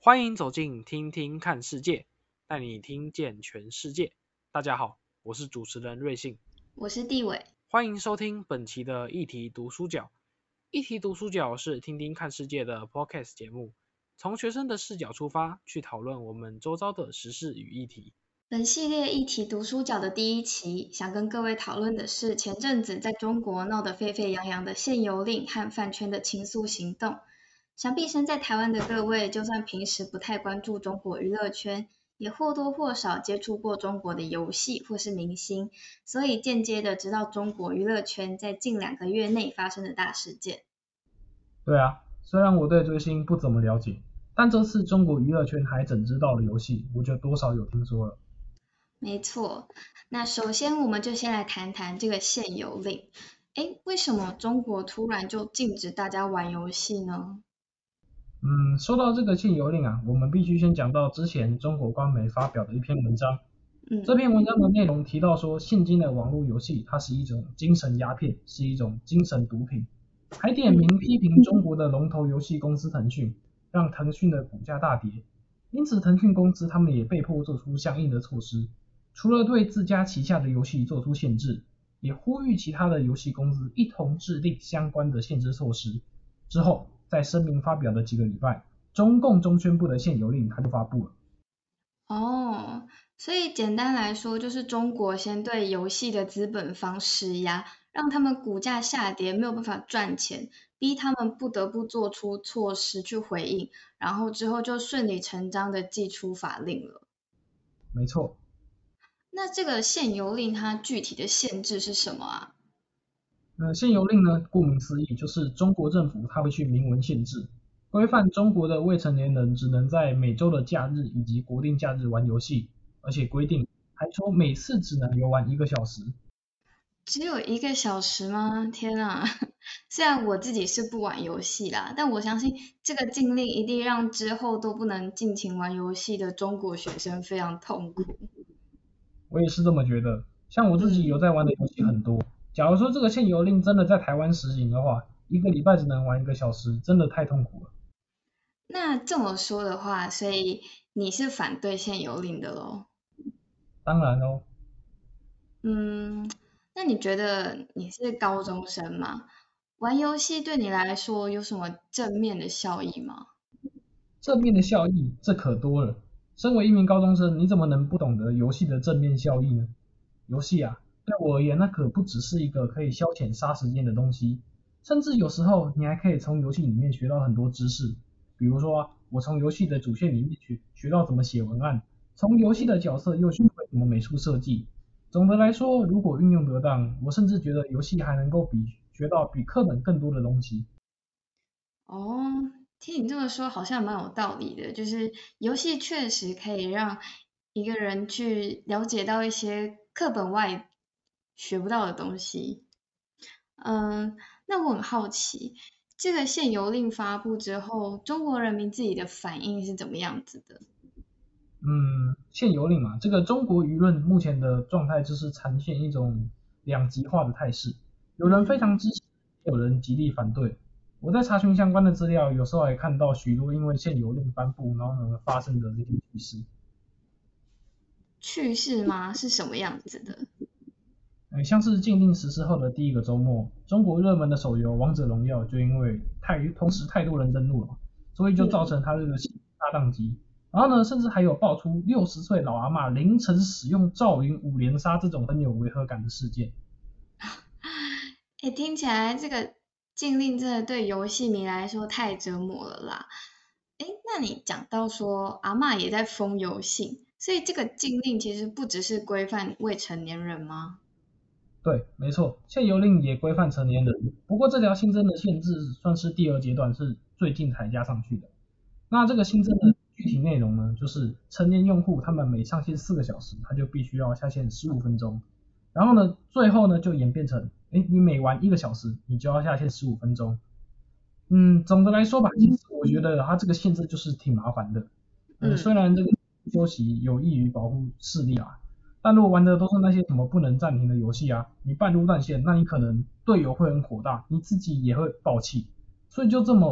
欢迎走进听听看世界，带你听见全世界。大家好，我是主持人瑞信， 我是地伟， 欢迎收听本期的议题读书角。议题读书角是听听看世界的 podcast 节目，从学生的视角出发，去讨论我们周遭的时事与议题。 本系列议题读书角的第一期，想跟各位讨论的是前阵子在中国闹得沸沸扬扬的限游令和饭圈的清诉行动。想必身在台湾的各位，就算平时不太关注中国娱乐圈，也或多或少接触过中国的游戏或是明星，所以间接的知道中国娱乐圈在近2个月内发生的大事件。 对啊，虽然我对追星不怎么了解，但这次中国娱乐圈还整知道了游戏，我就多少有听说了。 没错，那首先我们就先来谈谈这个限游令。为什么中国突然就禁止大家玩游戏呢？ 说到这个限游令啊，我们必须先讲到之前中国官媒发表的一篇文章。这篇文章的内容提到说，现今的网络游戏它是一种精神鸦片，是一种精神毒品，还点名批评中国的龙头游戏公司腾讯，让腾讯的股价大跌。因此腾讯公司他们也被迫做出相应的措施，除了对自家旗下的游戏做出限制，也呼吁其他的游戏公司一同制定相关的限制措施。之后在声明发表的几个礼拜，中共宣布的限游令它就发布了。 所以简单来说，就是中国先对游戏的资本方施压，让他们股价下跌，没有办法赚钱，逼他们不得不做出措施去回应，然后之后就顺理成章的祭出法令了。 没错。 那这个限游令它具体的限制是什么啊？ 限游令呢，顾名思义，就是中国政府它会去明文限制，规范中国的未成年人只能在每周的假日以及国定假日玩游戏，而且规定还说每次只能游玩1个小时。 只有1个小时吗？天啊！虽然我自己是不玩游戏啦，但我相信这个禁令一定让之后都不能尽情玩游戏的中国学生非常痛苦。 我也是这么觉得，像我自己有在玩的游戏很多，假如说这个限游令真的在台湾实行的话，1个礼拜只能玩1个小时，真的太痛苦了。 那这么说的话，所以你是反对限游令的咯？ 当然哦。 那你觉得你是高中生嘛？玩游戏对你来说有什么正面的效益吗？ 正面的效益，这可多了。身为一名高中生，你怎么能不懂得游戏的正面效益呢？游戏啊，对我而言，那可不只是一个可以消遣杀时间的东西，甚至有时候你还可以从游戏里面学到很多知识。比如说，我从游戏的主线里面学到怎么写文案，从游戏的角色又学会怎么美术设计。总的来说，如果运用得当，我甚至觉得游戏还能够学到比课本更多的东西。 哦，听你这么说好像蛮有道理的，就是游戏确实可以让一个人去了解到一些课本外学不到的东西。那我很好奇，这个限游令发布之后，中国人民自己的反应是怎么样子的？ 限游令嘛，这个中国舆论目前的状态就是呈现一种两极化的态势，有人非常支持，有人极力反对。我在查询相关的资料，有时候还看到许多因为限游令颁布然后呢发生的这些趋势。 趣事吗？是什么样子的？ 像是禁令实施后的第1个周末，中国热门的手游《王者荣耀》就因为同时太多人登录了，所以就造成它这个大宕机。然后呢，甚至还有爆出60岁老阿嬷凌晨使用赵云5连杀这种很有违和感的事件。 听起来这个禁令真的对游戏迷来说太折磨了啦。那你讲到说阿嬷也在封游戏，所以这个禁令其实不只是规范未成年人吗？ 对，没错，限游令也规范成年人，不过这条新增的限制算是第2阶段，是最近才加上去的。那这个新增的具体内容呢，就是成年用户他们每上线4个小时，他就必须要下线15分钟。然后呢，最后呢就演变成，你每玩1个小时，你就要下线15分钟。总的来说吧，其实我觉得它这个限制就是挺麻烦的。虽然这个休息有益于保护视力啊，但如果玩的都是那些什么不能暂停的游戏啊，你半路断线，那你可能队友会很火大，你自己也会爆气。所以就这么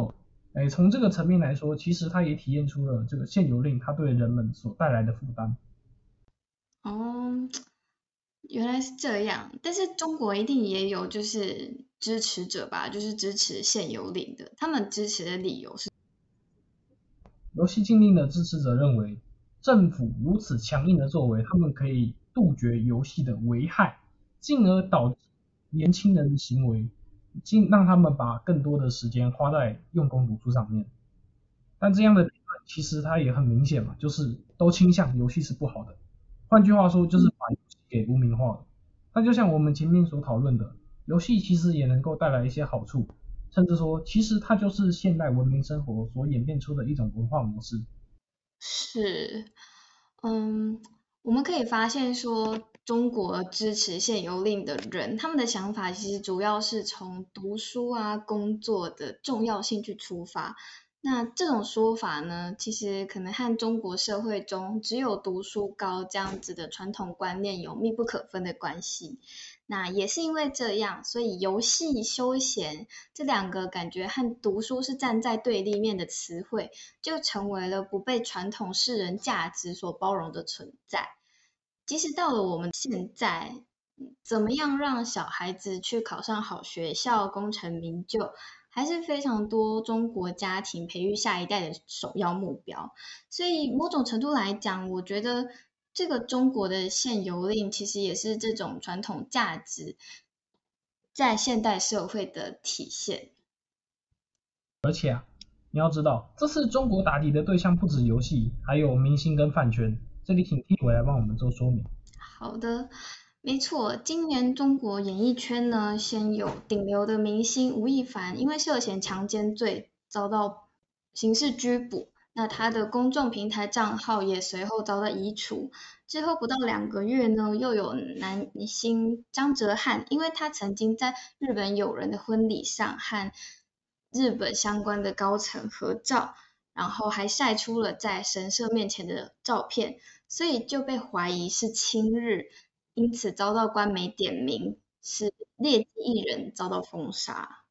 从这个层面来说，其实它也体现出了这个限游令它对人们所带来的负担。 哦，原来是这样，但是中国一定也有就是支持者吧，就是支持限游令的，他们支持的理由是？ 游戏禁令的支持者认为，政府如此强硬的作为，他们可以杜绝游戏的危害，进而导致年轻人的行为，让他们把更多的时间花在用功读书上面。但这样的评论其实它也很明显嘛，就是都倾向游戏是不好的。换句话说，就是把游戏给污名化了。那就像我们前面所讨论的，游戏其实也能够带来一些好处，甚至说，其实它就是现代文明生活所演变出的一种文化模式。 是，我们可以发现说，中国支持限游令的人，他们的想法其实主要是从读书啊、工作的重要性去出发。那这种说法呢，其实可能和中国社会中只有读书高这样子的传统观念有密不可分的关系。那也是因为这样，所以游戏、休闲这两个感觉和读书是站在对立面的词汇，就成为了不被传统世人价值所包容的存在。即使到了我们现在，怎么样让小孩子去考上好学校、功成名就，还是非常多中国家庭培育下一代的首要目标。所以某种程度来讲，我觉得这个中国的限游令其实也是这种传统价值在现代社会的体现。 而且啊，你要知道，这次中国打击的对象不止游戏，还有明星跟饭圈。这里请替伟来帮我们做说明。 好的，没错，今年中国演艺圈呢，先有顶流的明星吴亦凡，因为涉嫌强奸罪遭到刑事拘捕，那他的公众平台账号也随后遭到移除。之后不到2个月呢，又有男星张哲瀚，因为他曾经在日本友人的婚礼上和日本相关的高层合照，然后还晒出了在神社面前的照片，所以就被怀疑是亲日，因此遭到官媒点名，是劣迹艺人遭到封杀。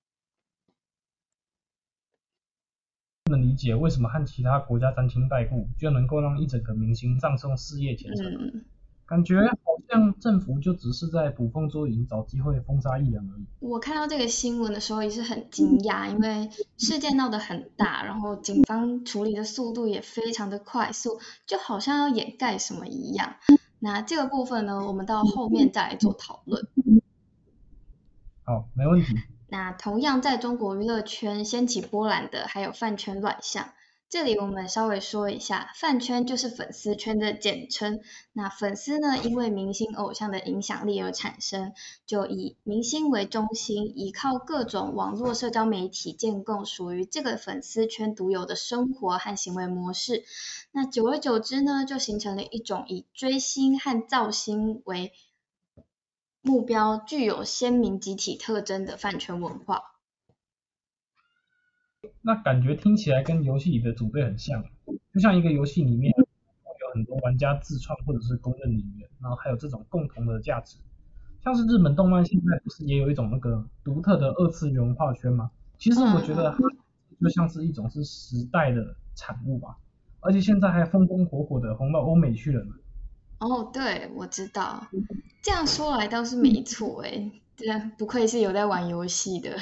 不能理解为什么和其他国家沾亲带故，就能够让一整个明星葬送事业前程。感觉好像政府就只是在捕风捉影，找机会封杀艺人而已。 我看到这个新闻的时候也是很惊讶，因为事件闹得很大，然后警方处理的速度也非常的快速，就好像要掩盖什么一样。那这个部分呢，我们到后面再来做讨论。 好，没问题。 那同样在中国娱乐圈掀起波澜的还有饭圈乱象。这里我们稍微说一下，饭圈就是粉丝圈的简称。那粉丝呢，因为明星偶像的影响力而产生，就以明星为中心，依靠各种网络社交媒体建构属于这个粉丝圈独有的生活和行为模式。那久而久之呢，就形成了一种以追星和造星为目标，具有鲜明集体特征的饭圈文化。 那感觉听起来跟游戏里的组队很像，就像一个游戏里面有很多玩家自创或者是公认里面，然后还有这种共同的价值。像是日本动漫现在不是也有一种那个独特的二次元文化圈吗？其实我觉得它就像是一种是时代的产物吧，而且现在还风风火火的红到欧美去了呢。 哦，对，我知道。这样说来倒是没错诶，对，不愧是有在玩游戏的。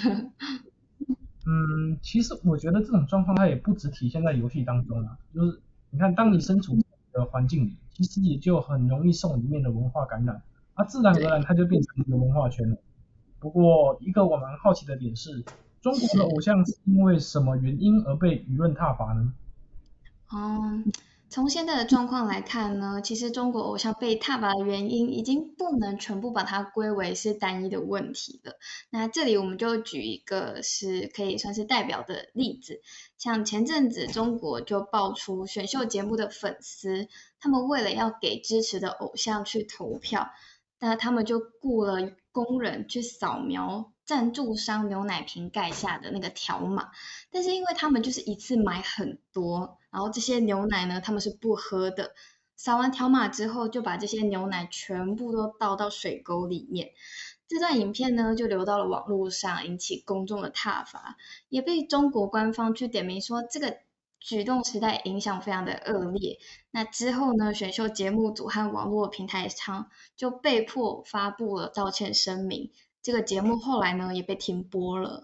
其实我觉得这种状况它也不只体现在游戏当中啊，就是你看，当你身处的环境里，其实也就很容易受里面的文化感染，自然而然它就变成一个文化圈了。不过一个我蛮好奇的点是，中国的偶像是因为什么原因而被舆论挞伐呢？ 从现在的状况来看呢，其实中国偶像被挞伐的原因已经不能全部把它归为是单一的问题了。那这里我们就举一个是可以算是代表的例子，像前阵子中国就爆出选秀节目的粉丝，他们为了要给支持的偶像去投票，那他们就雇了工人去扫描赞助商牛奶瓶盖下的那个条码，但是因为他们就是一次买很多，然后这些牛奶呢，他们是不喝的。扫完条码之后，就把这些牛奶全部都倒到水沟里面。 这段影片呢就流到了网络上，引起公众的挞伐，也被中国官方去点名说这个举动实在影响非常的恶劣。那之后呢，选秀节目组和网络平台商就被迫发布了道歉声明。这个节目后来呢也被停播了。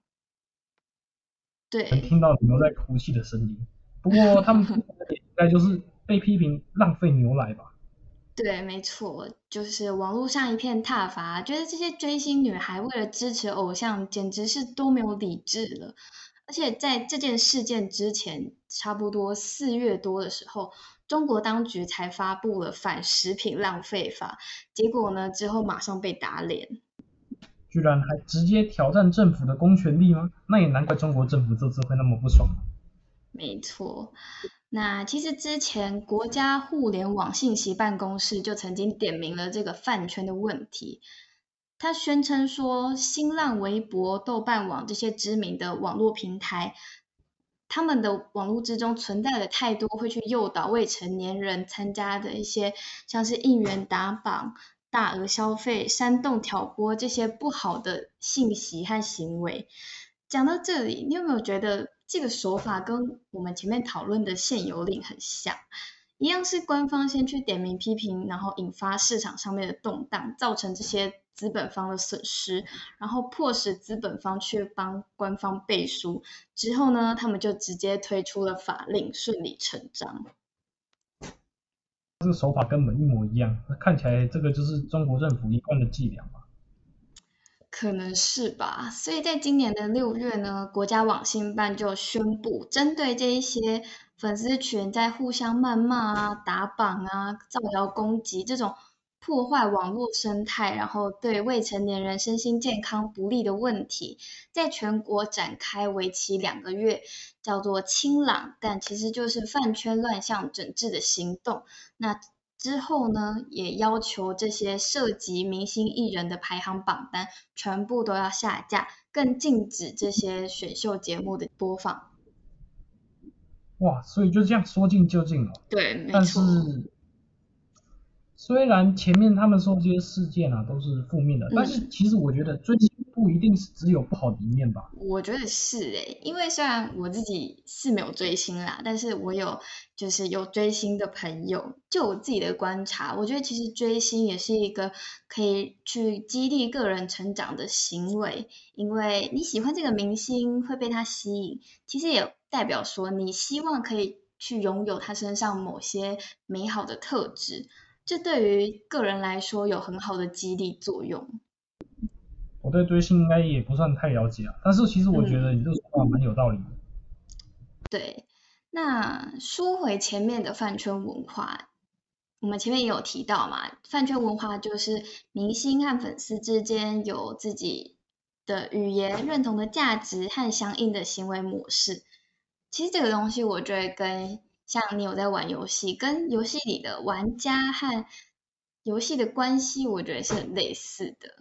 对， 听到牛在哭泣的声音。不过他们应该就是被批评浪费牛奶吧？ 对，没错，就是网络上一片挞伐，觉得这些追星女孩为了支持偶像，简直是多没有理智了。而且在这件事件之前，差不多4月多的时候，中国当局才发布了反食品浪费法，结果呢之后马上被打脸。 居然还直接挑战政府的公权力吗？那也难怪中国政府这次会那么不爽。 没错，那其实之前国家互联网信息办公室就曾经点名了这个饭圈的问题。他宣称说，新浪微博、豆瓣网这些知名的网络平台，他们的网络之中存在了太多会去诱导未成年人参加的一些像是应援打榜、大额消费、煽动挑拨这些不好的信息和行为。讲到这里，你有没有觉得这个手法跟我们前面讨论的限游令很像？一样是官方先去点名批评，然后引发市场上面的动荡，造成这些资本方的损失，然后迫使资本方去帮官方背书，之后呢，他们就直接推出了法令，顺理成章。 这个手法根本一模一样，看起来这个就是中国政府一贯的伎俩吧？ 可能是吧，所以在今年的6月呢，国家网信办就宣布，针对这一些粉丝群在互相谩骂啊、打榜啊、造谣攻击这种破坏网络生态，然后对未成年人身心健康不利的问题，在全国展开为期2个月，叫做清朗，但其实就是饭圈乱象整治的行动。那之后呢，也要求这些涉及明星艺人的排行榜单全部都要下架，更禁止这些选秀节目的播放。 哇，所以就这样说进就进了。 对，没错。 但是虽然前面他们说这些事件啊都是负面的，但是其实我觉得追星不一定是只有不好的一面吧。 我觉得是因为虽然我自己是没有追星啦，但是我有追星的朋友，就我自己的观察，我觉得其实追星也是一个可以去激励个人成长的行为，因为你喜欢这个明星会被他吸引，其实也代表说你希望可以去拥有他身上某些美好的特质，这对于个人来说有很好的激励作用。 我对追星应该也不算太了解啊，但是其实我觉得你这个说法蛮有道理的。 对，那说回前面的饭圈文化，我们前面也有提到嘛，饭圈文化就是明星和粉丝之间有自己的语言、认同的价值和相应的行为模式。其实这个东西我觉得跟像你有在玩游戏，跟游戏里的玩家和游戏的关系，我觉得是很类似的。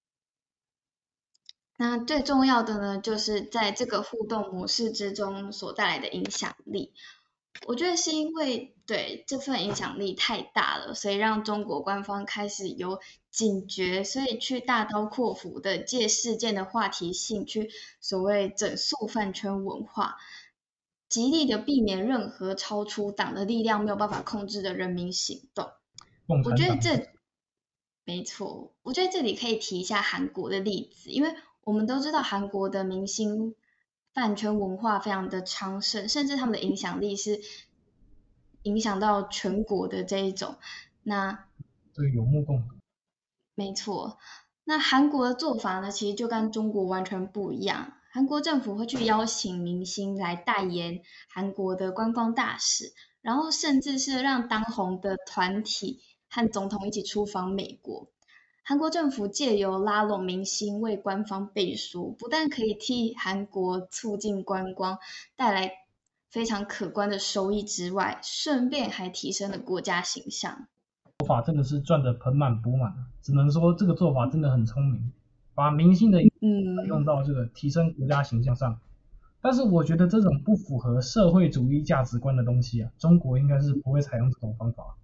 那最重要的呢，就是在这个互动模式之中所带来的影响力。我觉得是因为对这份影响力太大了，所以让中国官方开始有警觉，所以去大刀阔斧的借事件的话题性去所谓整肃饭圈文化，极力的避免任何超出党的力量没有办法控制的人民行动。我觉得没错，我觉得这里可以提一下韩国的例子，因为我们都知道韩国的明星饭圈文化非常的昌盛，甚至他们的影响力是影响到全国的这一种。那这个有目共睹。 没错，那韩国的做法呢，其实就跟中国完全不一样。韩国政府会去邀请明星来代言韩国的观光大使，然后甚至是让当红的团体和总统一起出访美国。韩国政府借由拉拢明星为官方背书，不但可以替韩国促进观光带来非常可观的收益之外，顺便还提升了国家形象。 做法真的是赚得盆满钵满，只能说这个做法真的很聪明，把明星的用到这个提升国家形象上。但是我觉得这种不符合社会主义价值观的东西啊，中国应该是不会采用这种方法。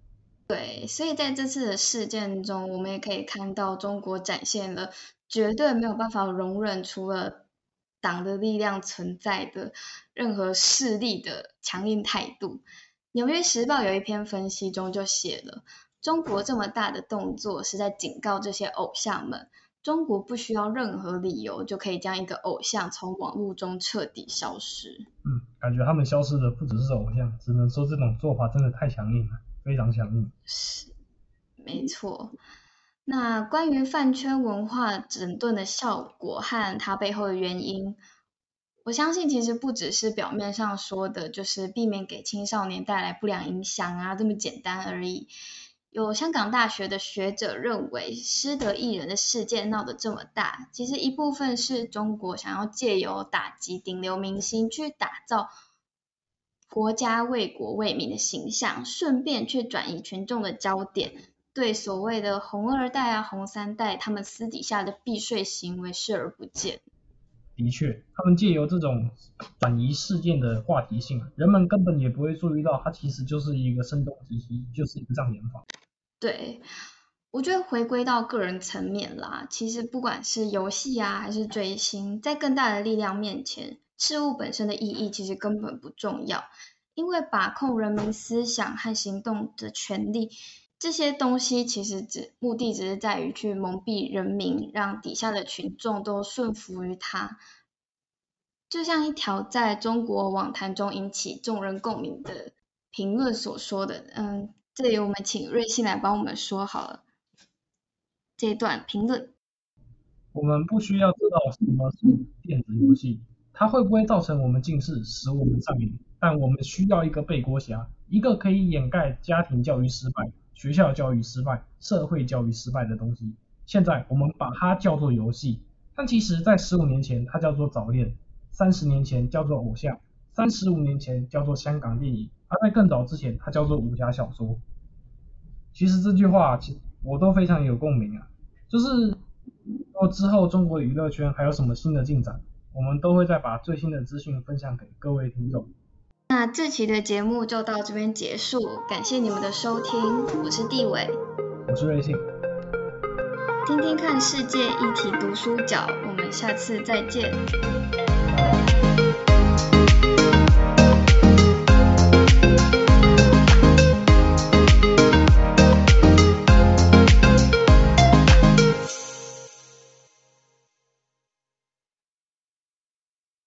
对，所以在这次的事件中，我们也可以看到中国展现了绝对没有办法容忍除了党的力量存在的任何势力的强硬态度。纽约时报有一篇分析中就写了，中国这么大的动作是在警告这些偶像们，中国不需要任何理由就可以将一个偶像从网络中彻底消失。 感觉他们消失的不只是偶像，只能说这种做法真的太强硬了，非常强硬。 是，没错。那关于饭圈文化整顿的效果和它背后的原因，我相信其实不只是表面上说的，就是避免给青少年带来不良影响啊，这么简单而已。有香港大学的学者认为，失德艺人的事件闹得这么大，其实一部分是中国想要借由打击顶流明星去打造国家为国为民的形象，顺便去转移群众的焦点，对所谓的红二代啊、红三代他们私底下的避税行为视而不见。 的确，他们借由这种转移事件的话题性，人们根本也不会注意到它其实就是一个声东击西，就是一个障眼法。 对，我觉得回归到个人层面啦，其实不管是游戏啊还是追星，在更大的力量面前，事物本身的意义其实根本不重要，因为把控人民思想和行动的权利，这些东西其实目的只是在于去蒙蔽人民，让底下的群众都顺服于他。就像一条在中国网坛中引起众人共鸣的评论所说的，这里我们请瑞信来帮我们说好了这一段评论。 我们不需要知道什么是电子游戏，它会不会造成我们近视，使我们上瘾，但我们需要一个背锅侠，一个可以掩盖家庭教育失败、学校教育失败、社会教育失败的东西。现在我们把它叫做游戏，但其实在15年前它叫做早恋，30年前叫做偶像，35年前叫做香港电影，而在更早之前它叫做武侠小说。其实这句话我都非常有共鸣啊，就是之后中国娱乐圈还有什么新的进展，我们都会再把最新的资讯分享给各位听众。 那这期的节目就到这边结束，感谢你们的收听，我是地伟， 我是瑞信， 听听看世界一体读书角，我们下次再见。